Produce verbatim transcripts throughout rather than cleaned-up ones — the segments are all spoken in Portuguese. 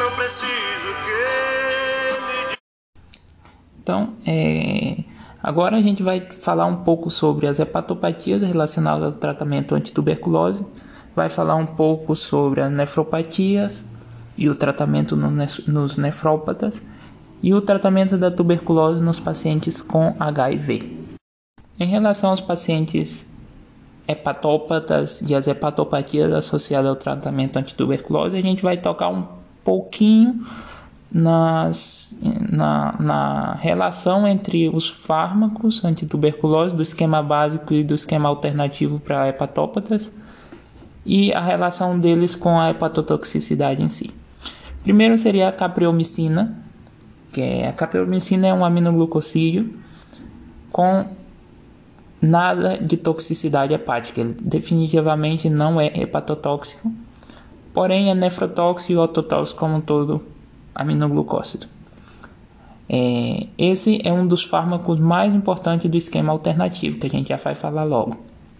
eu preciso que me... Então, é... agora a gente vai falar um pouco sobre as hepatopatias relacionadas ao tratamento antituberculose, vai falar um pouco sobre as nefropatias e o tratamento nos nefrópatas e o tratamento da tuberculose nos pacientes com H I V. Em relação aos pacientes hepatópatas e as hepatopatias associadas ao tratamento antituberculose, a gente vai tocar um pouquinho nas, na, na relação entre os fármacos antituberculose do esquema básico e do esquema alternativo para hepatópatas e a relação deles com a hepatotoxicidade em si. Primeiro seria a capreomicina, que é, a capreomicina é um aminoglucosídeo com nada de toxicidade hepática. Ele definitivamente não é hepatotóxico, porém é nefrotóxico e ototóxico como todo aminoglucósido. É, esse é um dos fármacos mais importantes do esquema alternativo, que a gente já vai falar logo.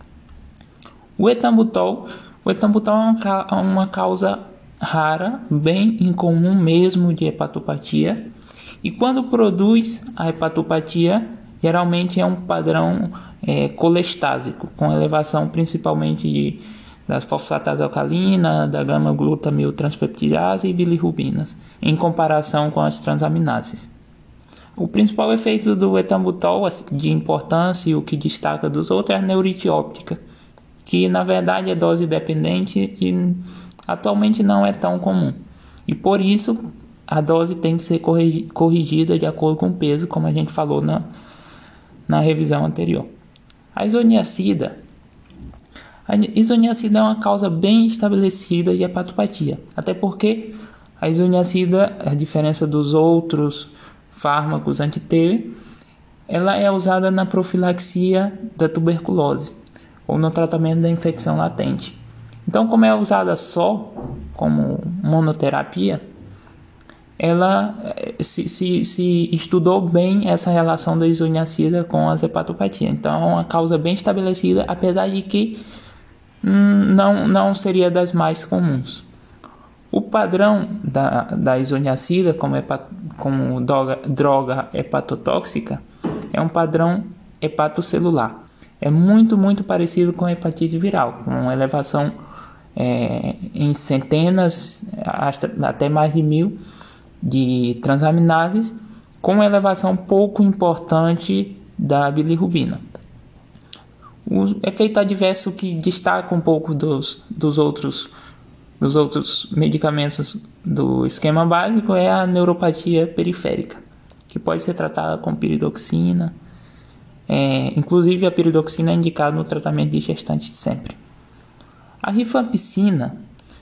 O etambutol, o etambutol é uma, uma causa rara, bem incomum mesmo de hepatopatia, e quando produz a hepatopatia, geralmente é um padrão é, colestásico, com elevação principalmente de, das fosfatase alcalina, da gama-glutamiltranspeptidase e bilirrubinas, em comparação com as transaminases. O principal efeito do etambutol de importância e o que destaca dos outros é a neurite óptica, que na verdade é dose dependente e atualmente não é tão comum. E por isso a dose tem que ser corrigida de acordo com o peso, como a gente falou na, na revisão anterior. A isoniazida. A isoniazida é uma causa bem estabelecida de hepatopatia, até porque a isoniazida, a diferença dos outros fármacos anti-T, ela é usada na profilaxia da tuberculose ou no tratamento da infecção latente. Então, como é usada só como monoterapia, ela se, se, se estudou bem essa relação da isoniazida com as hepatopatias. Então, é uma causa bem estabelecida, apesar de que hum, não, não seria das mais comuns. O padrão da, da isoniazida como, hepat, como droga, droga hepatotóxica é um padrão hepatocelular. É muito, muito parecido com a hepatite viral, com elevação é, em centenas, até mais de mil, de transaminases, com uma elevação pouco importante da bilirrubina. O efeito adverso que destaca um pouco dos, dos, outros, dos outros medicamentos do esquema básico é a neuropatia periférica, que pode ser tratada com piridoxina. É, inclusive a piridoxina é indicada no tratamento de gestantes sempre. A rifampicina,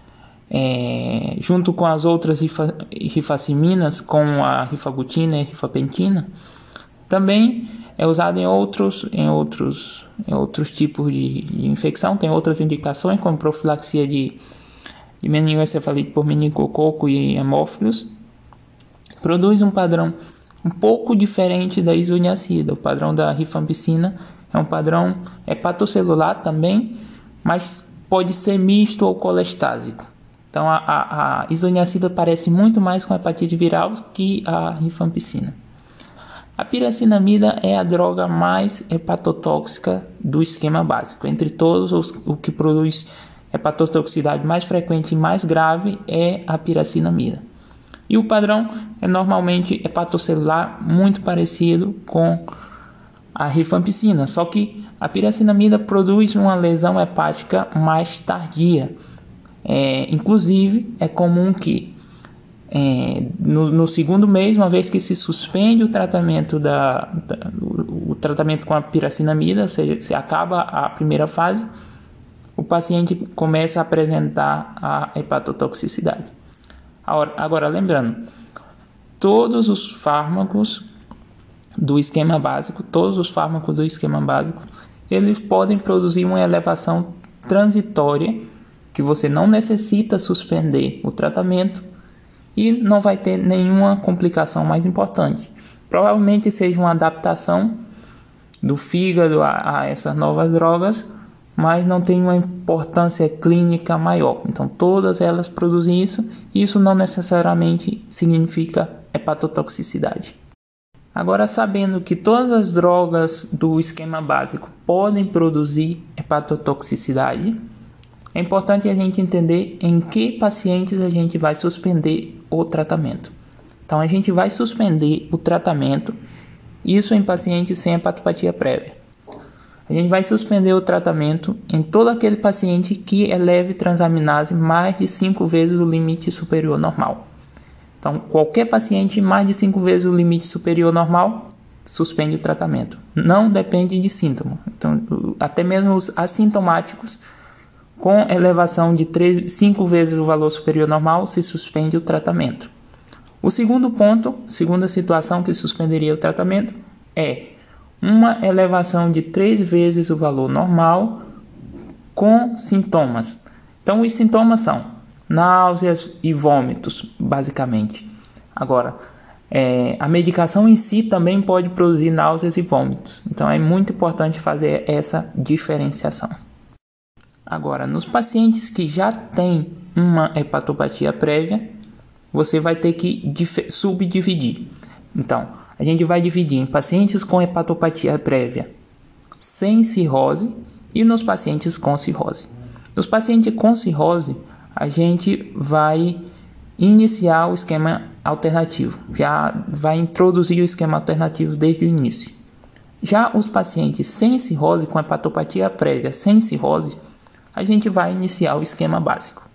é, junto com as outras rifa, rifaciminas, como a rifabutina e a rifapentina, também é usada em outros, em outros, em outros tipos de, de infecção. Tem outras indicações, como profilaxia de, de meningoencefalite por meningococo e hemófilos. Produz um padrão um pouco diferente da isoniazida. O padrão da rifampicina é um padrão hepatocelular também, mas pode ser misto ou colestásico. Então a, a, a isoniazida parece muito mais com a hepatite viral que a rifampicina. A piracinamida é a droga mais hepatotóxica do esquema básico. Entre todos, os, o que produz hepatotoxicidade mais frequente e mais grave é a piracinamida. E o padrão é normalmente hepatocelular, muito parecido com a rifampicina, só que a piracinamida produz uma lesão hepática mais tardia. É, inclusive, é comum que é, no, no segundo mês, uma vez que se suspende o tratamento, da, da, o, o tratamento com a piracinamida, ou seja, se acaba a primeira fase, o paciente começa a apresentar a hepatotoxicidade. Agora, agora lembrando, todos os fármacos do esquema básico, todos os fármacos do esquema básico, eles podem produzir uma elevação transitória que você não necessita suspender o tratamento e não vai ter nenhuma complicação mais importante. Provavelmente seja uma adaptação do fígado a, a essas novas drogas, mas não tem uma importância clínica maior. Então todas elas produzem isso, e isso não necessariamente significa hepatotoxicidade. Agora, sabendo que todas as drogas do esquema básico podem produzir hepatotoxicidade, é importante a gente entender em que pacientes a gente vai suspender o tratamento. Então a gente vai suspender o tratamento, isso em pacientes sem hepatopatia prévia. A gente vai suspender o tratamento em todo aquele paciente que eleve transaminase mais de cinco vezes o limite superior normal. Então, qualquer paciente mais de cinco vezes o limite superior normal, suspende o tratamento. Não depende de síntoma. Então, até mesmo os assintomáticos, com elevação de cinco vezes o valor superior normal, se suspende o tratamento. O segundo ponto, segunda situação que suspenderia o tratamento, é uma elevação de três vezes o valor normal com sintomas. Então, os sintomas são náuseas e vômitos, basicamente. Agora, é, a medicação em si também pode produzir náuseas e vômitos. Então, é muito importante fazer essa diferenciação. Agora, nos pacientes que já têm uma hepatopatia prévia, você vai ter que subdividir. Então, a gente vai dividir em pacientes com hepatopatia prévia sem cirrose e nos pacientes com cirrose. Nos pacientes com cirrose, a gente vai iniciar o esquema alternativo, já vai introduzir o esquema alternativo desde o início. Já os pacientes sem cirrose, com hepatopatia prévia sem cirrose, a gente vai iniciar o esquema básico.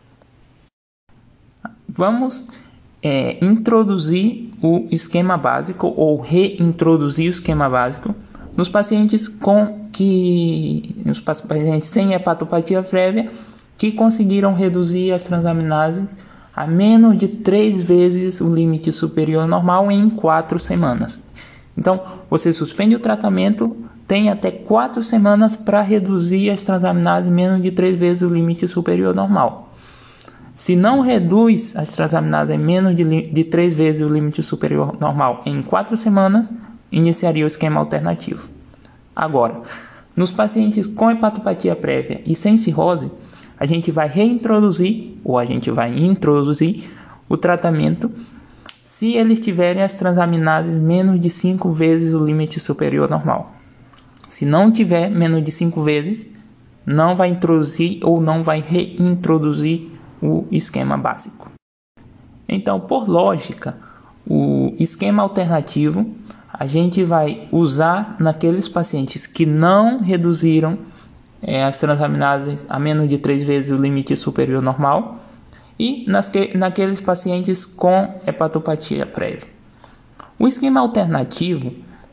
Vamos é, introduzir o esquema básico ou reintroduzir o esquema básico nos pacientes com que nos pacientes sem hepatopatia prévia que conseguiram reduzir as transaminases a menos de três vezes o limite superior normal em quatro semanas. Então, você suspende o tratamento, tem até quatro semanas para reduzir as transaminases menos de três vezes o limite superior normal. Se não reduz as transaminases em menos de, de três vezes o limite superior normal em quatro semanas, iniciaria o esquema alternativo. Agora, nos pacientes com hepatopatia prévia e sem cirrose, a gente vai reintroduzir ou a gente vai introduzir o tratamento se eles tiverem as transaminases menos de cinco vezes o limite superior normal. Se não tiver menos de cinco vezes, não vai introduzir ou não vai reintroduzir o esquema básico. Então, por lógica, o esquema alternativo a gente vai usar naqueles pacientes que não reduziram é, as transaminases a menos de três vezes o limite superior normal e nas que, naqueles pacientes com hepatopatia prévia. O esquema alternativo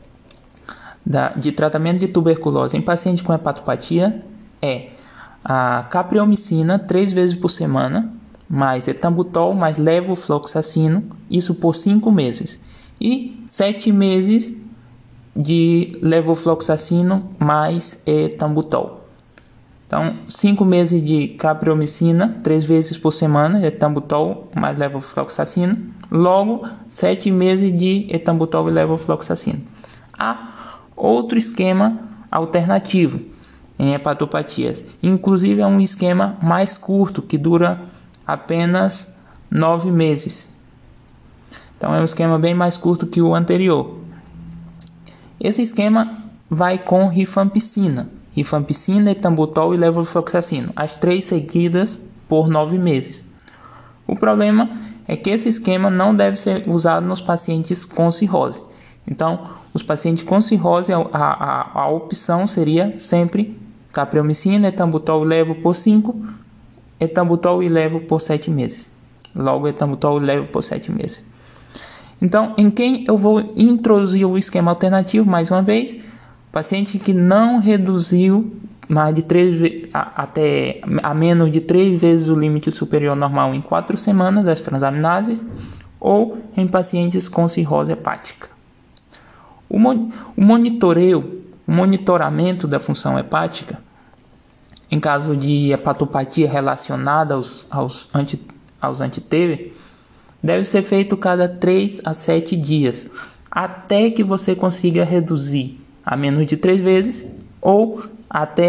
da, de tratamento de tuberculose em paciente com hepatopatia é a capreomicina três vezes por semana, mais etambutol, mais levofloxacino, isso por cinco meses. E sete meses de levofloxacino mais etambutol. Então, cinco meses de capreomicina, três vezes por semana, etambutol mais levofloxacino. Logo, sete meses de etambutol e levofloxacino. Há outro esquema alternativo em hepatopatias. Inclusive, é um esquema mais curto, que dura apenas nove meses. Então, é um esquema bem mais curto que o anterior. Esse esquema vai com rifampicina. Rifampicina, etambutol e levofloxacino, as três seguidas por nove meses. O problema é que esse esquema não deve ser usado nos pacientes com cirrose. Então, os pacientes com cirrose, a, a, a opção seria sempre capreomicina, etambutol e levo por cinco, etambutol e levo por sete meses. Logo, etambutol e levo por sete meses. Então, em quem eu vou introduzir o esquema alternativo, mais uma vez, paciente que não reduziu mais de três, a, até a menos de três vezes o limite superior normal em quatro semanas das transaminases, ou em pacientes com cirrose hepática. O, mon, o monitoreio, o monitoramento da função hepática, em caso de hepatopatia relacionada aos, aos, anti, aos anti-T V, deve ser feito cada três a sete dias, até que você consiga reduzir a menos de três vezes ou até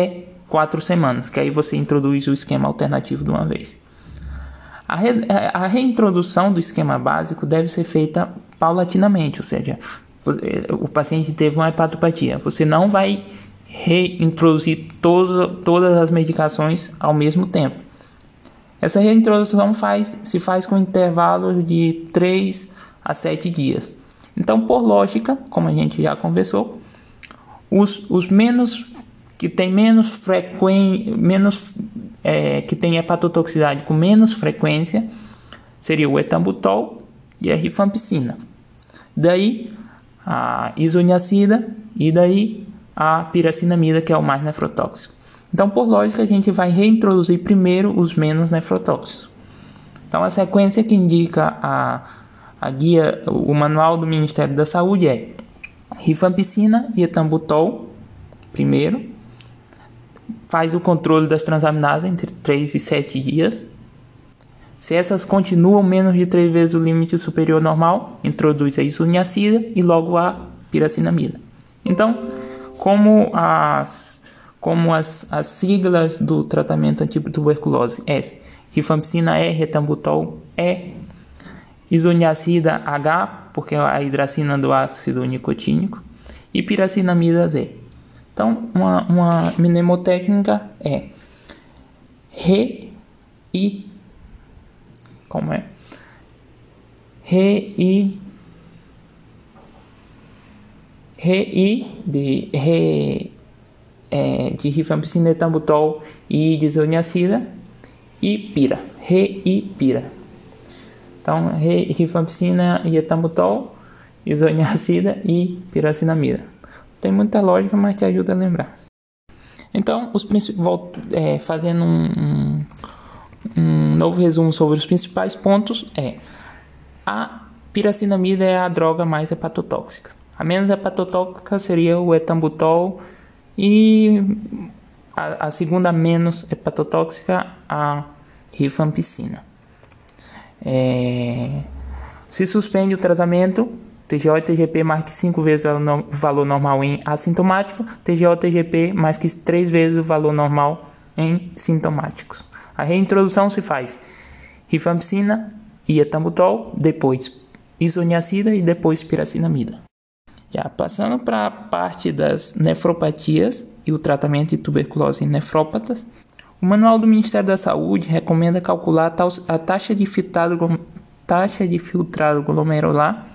quatro semanas, que aí você introduz o esquema alternativo de uma vez. A, re, a reintrodução do esquema básico deve ser feita paulatinamente, ou seja, o paciente teve uma hepatopatia, você não vai reintroduzir todas, todas as medicações ao mesmo tempo. Essa reintrodução faz, se faz com intervalos de três a sete dias. Então, por lógica, como a gente já conversou, os, os menos que tem menos frequência, menos é, que tem hepatotoxicidade com menos frequência seria o etambutol e a rifampicina. Daí a isoniazida e daí a piracinamida, que é o mais nefrotóxico. Então, por lógica, a gente vai reintroduzir primeiro os menos nefrotóxicos. Então, a sequência que indica a, a guia, o manual do Ministério da Saúde é rifampicina e etambutol primeiro, faz o controle das transaminases entre três e sete dias. Se essas continuam menos de três vezes o limite superior normal, introduz a isoniazida e logo a piracinamida. Então, como as, como as, as siglas do tratamento antituberculose é rifampicina E, etambutol E, isoniazida H, porque é a hidracina do ácido nicotínico, e piracinamida Z. Então, uma, uma mnemotécnica é Re, I, como é? Re, I, Re, I, de, re, é, de rifampicina, etambutol e de isoniazida, e pira, Re, I, pira. Então, re, rifampicina e etambutol, isoniazida e piracinamida. Tem muita lógica, mas te ajuda a lembrar. Então, os volto, é, fazendo um, um, um novo resumo sobre os principais pontos é: a piracinamida é a droga mais hepatotóxica. A menos hepatotóxica seria o etambutol e a, a segunda menos hepatotóxica, a rifampicina. É, se suspende o tratamento T G O e T G P mais que cinco vezes o valor normal em assintomático, T G O e T G P mais que três vezes o valor normal em sintomáticos. A reintrodução se faz rifampicina e etambutol, depois isoniazida e depois piracinamida. Já passando para a parte das nefropatias e o tratamento de tuberculose em nefrópatas, o manual do Ministério da Saúde recomenda calcular a taxa de filtrado, taxa de filtrado glomerular.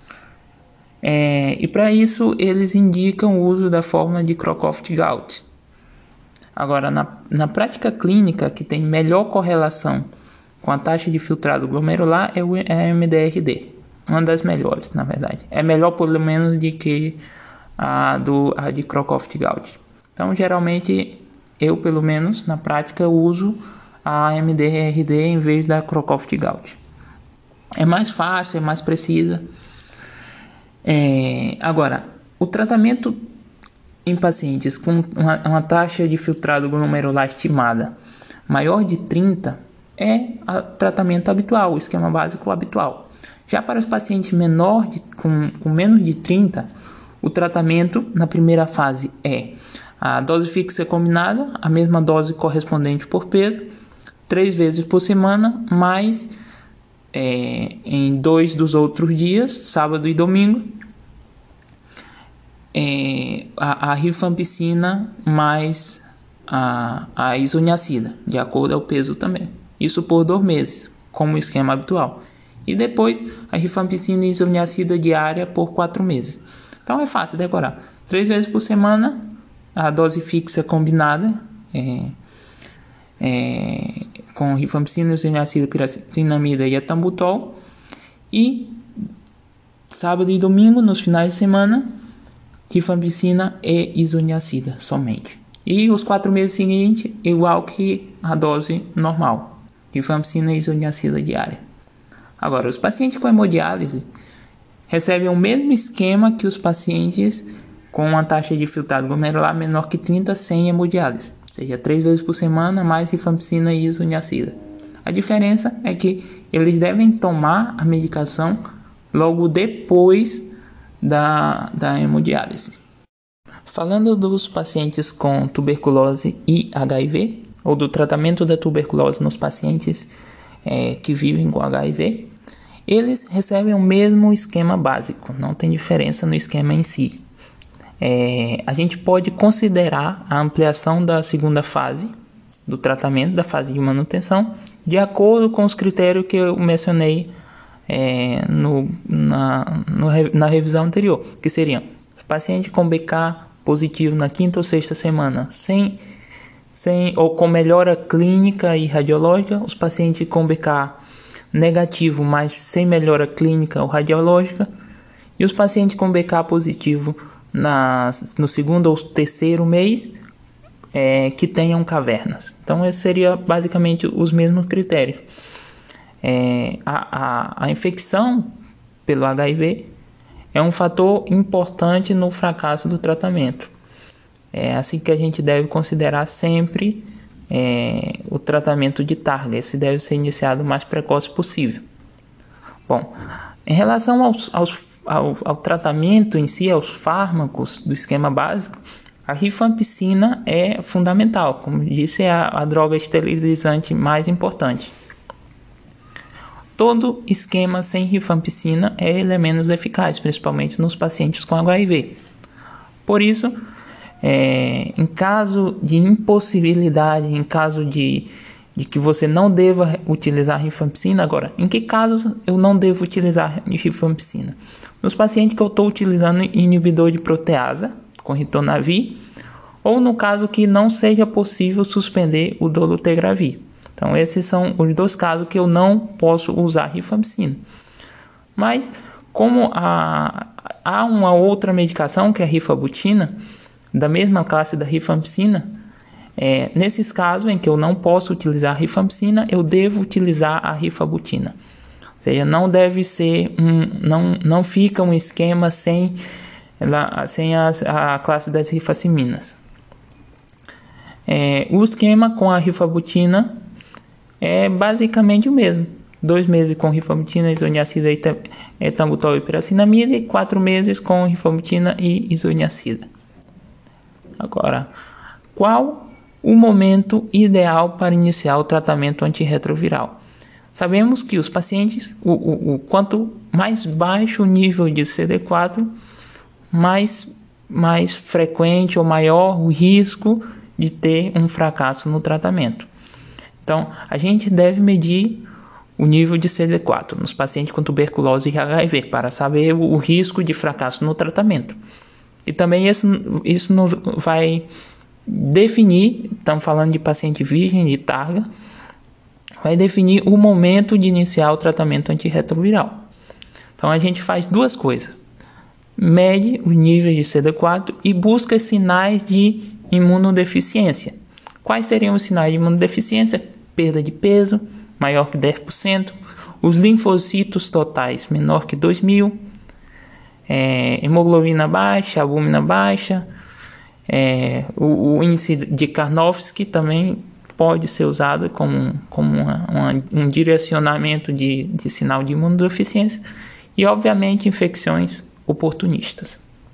É, e para isso eles indicam o uso da fórmula de Crocroft-Gault. Agora, na, na prática clínica, que tem melhor correlação com a taxa de filtrado glomerular é o é a M D R D, uma das melhores, na verdade. É melhor pelo menos do que a, do, a de Crocroft-Gault. Então, geralmente, eu pelo menos na prática uso a M D R D em vez da Crocroft-Gault. É mais fácil, é mais precisa. É, agora, o tratamento em pacientes com uma, uma taxa de filtrado glomerular estimada maior de trinta é o tratamento habitual, o esquema básico habitual. Já para os pacientes menor de, com, com menos de trinta, o tratamento na primeira fase é a dose fixa combinada, a mesma dose correspondente por peso, três vezes por semana, mais É, em dois dos outros dias, sábado e domingo, é, a, a rifampicina mais a, a isoniazida, de acordo ao peso também. Isso por dois meses, como esquema habitual. E depois a rifampicina e isoniazida diária por quatro meses. Então é fácil decorar. Três vezes por semana, a dose fixa combinada, é, é, com rifampicina, isoniazida, piracinamida e etambutol, e sábado e domingo, nos finais de semana, rifampicina e isoniazida somente. E os quatro meses seguintes, igual que a dose normal, rifampicina e isoniazida diária. Agora, os pacientes com hemodiálise recebem o mesmo esquema que os pacientes com uma taxa de filtrado glomerular menor que trinta sem hemodiálise. Ou seja, três vezes por semana, mais rifampicina e isoniazida. A diferença é que eles devem tomar a medicação logo depois da, da hemodiálise. Falando dos pacientes com tuberculose e H I V, ou do tratamento da tuberculose nos pacientes é, que vivem com H I V, eles recebem o mesmo esquema básico, não tem diferença no esquema em si. É, a gente pode considerar a ampliação da segunda fase do tratamento, da fase de manutenção, de acordo com os critérios que eu mencionei é, no, na, no, na revisão anterior, que seriam paciente com B K positivo na quinta ou sexta semana, sem, sem, ou com melhora clínica e radiológica, os pacientes com B K negativo, mas sem melhora clínica ou radiológica, e os pacientes com B K positivo na, no segundo ou terceiro mês, é, que tenham cavernas. Então, esses seriam basicamente os mesmos critérios. É, a, a, a infecção pelo H I V é um fator importante no fracasso do tratamento. É assim que a gente deve considerar sempre é, o tratamento de targa. Esse deve ser iniciado o mais precoce possível. Bom, em relação aos, aos, ao, ao tratamento em si, aos fármacos do esquema básico, a rifampicina é fundamental. Como disse, é a, a droga esterilizante mais importante. Todo esquema sem rifampicina é, ele é menos eficaz, principalmente nos pacientes com H I V. Por isso, é, em caso de impossibilidade, em caso de, de que você não deva utilizar rifampicina, agora, em que casos eu não devo utilizar rifampicina? Nos pacientes que eu estou utilizando inibidor de proteasa, com ritonavir, ou no caso que não seja possível suspender o dolutegravir. Então, esses são os dois casos que eu não posso usar rifampicina. Mas, como há, há uma outra medicação, que é a rifabutina, da mesma classe da rifampicina, é, nesses casos em que eu não posso utilizar a rifampicina, eu devo utilizar a rifabutina. Ou seja, não deve ser um, não, não fica um esquema sem, ela, sem as, a classe das rifaciminas. É, o esquema com a rifabutina é basicamente o mesmo. Dois meses com rifabutina, isoniazida, etambutol e piracinamida, e quatro meses com rifabutina e isoniazida. Agora, qual o momento ideal para iniciar o tratamento antirretroviral? Sabemos que os pacientes, o, o, o quanto mais baixo o nível de C D quatro, mais, mais frequente ou maior o risco de ter um fracasso no tratamento. Então, a gente deve medir o nível de C D quatro nos pacientes com tuberculose e H I V para saber o, o risco de fracasso no tratamento. E também isso, isso não vai definir, estamos falando de paciente virgem, de targa, vai definir o momento de iniciar o tratamento antirretroviral. Então, a gente faz duas coisas. Mede o nível de C D quatro e busca sinais de imunodeficiência. Quais seriam os sinais de imunodeficiência? Perda de peso, maior que dez por cento, os linfocitos totais menor que dois mil, é, hemoglobina baixa, albúmina baixa, é, o, o índice de Karnofsky também pode ser usado como, como uma, uma, um direcionamento de, de sinal de imunodeficiência, e obviamente infecções oportunistas.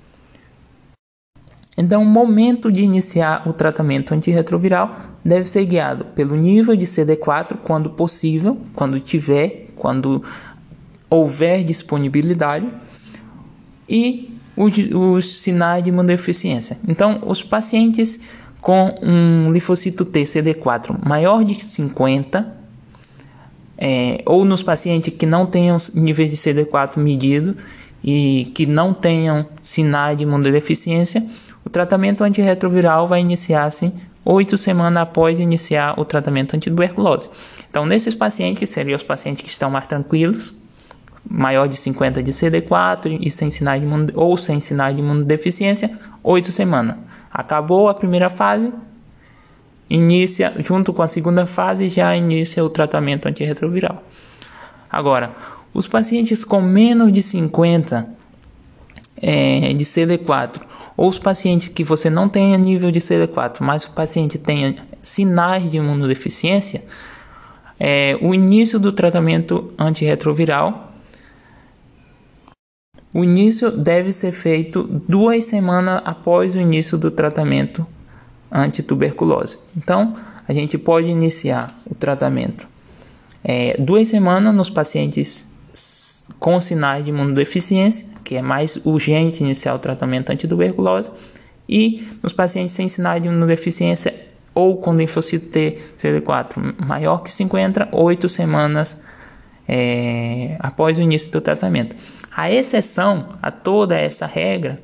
Então, o momento de iniciar o tratamento antirretroviral deve ser guiado pelo nível de C D quatro, quando possível, quando tiver, quando houver disponibilidade, e os, os sinais de imunodeficiência. Então, os pacientes com um linfocito T C D quatro maior de cinquenta, é, ou nos pacientes que não tenham níveis de C D quatro medido e que não tenham sinais de imunodeficiência, o tratamento antirretroviral vai iniciar-se oito semanas após iniciar o tratamento antituberculose. Então, nesses pacientes, que seriam os pacientes que estão mais tranquilos, maior de cinquenta de C D quatro e sem sinais de imuno, ou sem sinais de imunodeficiência, oito semanas. Acabou a primeira fase, inicia, junto com a segunda fase, já inicia o tratamento antirretroviral. Agora, os pacientes com menos de cinquenta é, de C D quatro, ou os pacientes que você não tenha nível de C D quatro, mas o paciente tenha sinais de imunodeficiência, é, o início do tratamento antirretroviral, O início deve ser feito duas semanas após o início do tratamento antituberculose. Então, a gente pode iniciar o tratamento é, duas semanas nos pacientes com sinais de imunodeficiência, que é mais urgente iniciar o tratamento antituberculose, e nos pacientes sem sinais de imunodeficiência ou com linfocito T C D quatro maior que cinquenta, oito semanas é, após o início do tratamento. A exceção a toda essa regra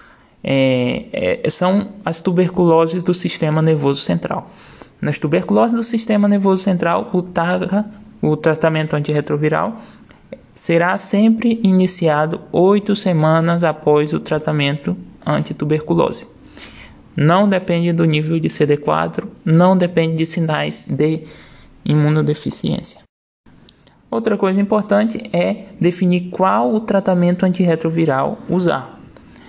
é, é, são as tuberculoses do sistema nervoso central. Nas tuberculoses do sistema nervoso central, o T A G A, o tratamento antirretroviral, será sempre iniciado oito semanas após o tratamento antituberculose. Não depende do nível de C D quatro, não depende de sinais de imunodeficiência. Outra coisa importante é definir qual o tratamento antirretroviral usar.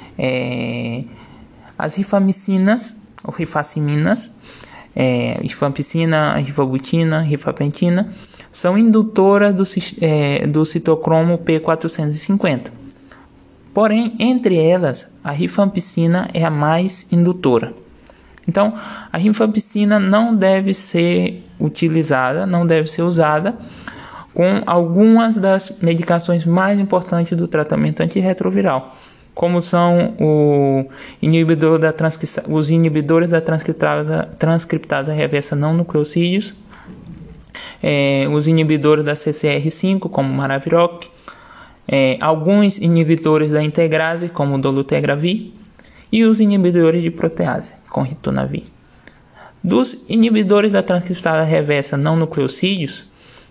É, as rifamicinas, ou rifaciminas, é, rifampicina, rifabutina, rifapentina, são indutoras do, é, do citocromo P quatrocentos e cinquenta. Porém, entre elas, a rifampicina é a mais indutora. Então, a rifampicina não deve ser utilizada, não deve ser usada com algumas das medicações mais importantes do tratamento antirretroviral, como são o inibidor da os inibidores da transcriptase, transcriptase reversa não nucleocídeos, é, os inibidores da C C R cinco, como Maraviroc, é, alguns inibidores da integrase, como o dolutegravir, e os inibidores de protease, com ritonavir. Dos inibidores da transcriptase reversa não nucleocídeos,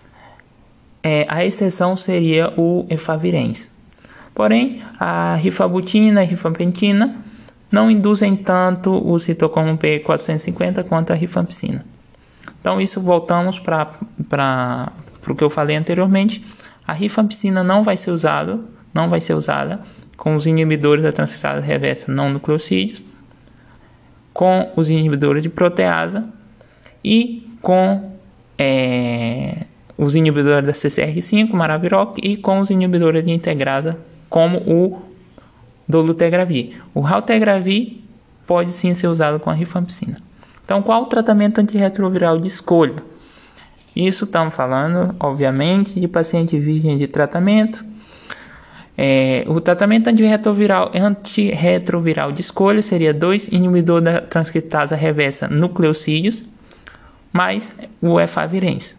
é, a exceção seria o efavirenz. Porém, a rifabutina e a rifapentina não induzem tanto o citocromo P quatrocentos e cinquenta quanto a rifampicina. Então, isso voltamos para o que eu falei anteriormente. A rifampicina não vai ser usada, não vai ser usada com os inibidores da transcriptase reversa não nucleocídeos, com os inibidores de proteasa e com é, os inibidores da C C R cinco, Maraviroc, e com os inibidores de integrasa, como o dolutegravir. O raltegravir pode sim ser usado com a rifampicina. Então, qual o tratamento antirretroviral de escolha? Isso estamos falando, obviamente, de paciente virgem de tratamento. É, o tratamento antirretroviral, antirretroviral de escolha seria dois inibidores da transcriptase reversa nucleocídeos mais o efavirenz.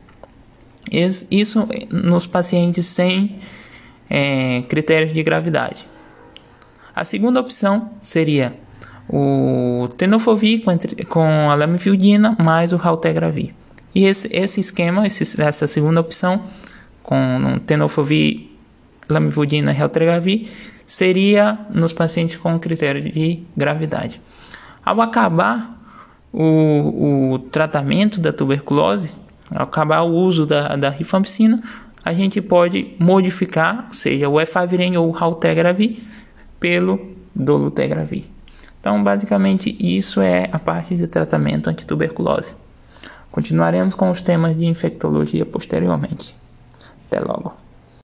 Isso nos pacientes sem é, critérios de gravidade. A segunda opção seria o tenofovir com, com a lamivudina mais o raltegravir. E esse, esse esquema, esse, essa segunda opção, com tenofovir, lamivudina e raltegravir, seria nos pacientes com critério de gravidade. Ao acabar o, o tratamento da tuberculose, ao acabar o uso da, da rifampicina, a gente pode modificar, seja o efavirenz ou o raltegravir, pelo dolutegravir. Então, basicamente, isso é a parte de tratamento antituberculose. Continuaremos com os temas de infectologia posteriormente. Até logo.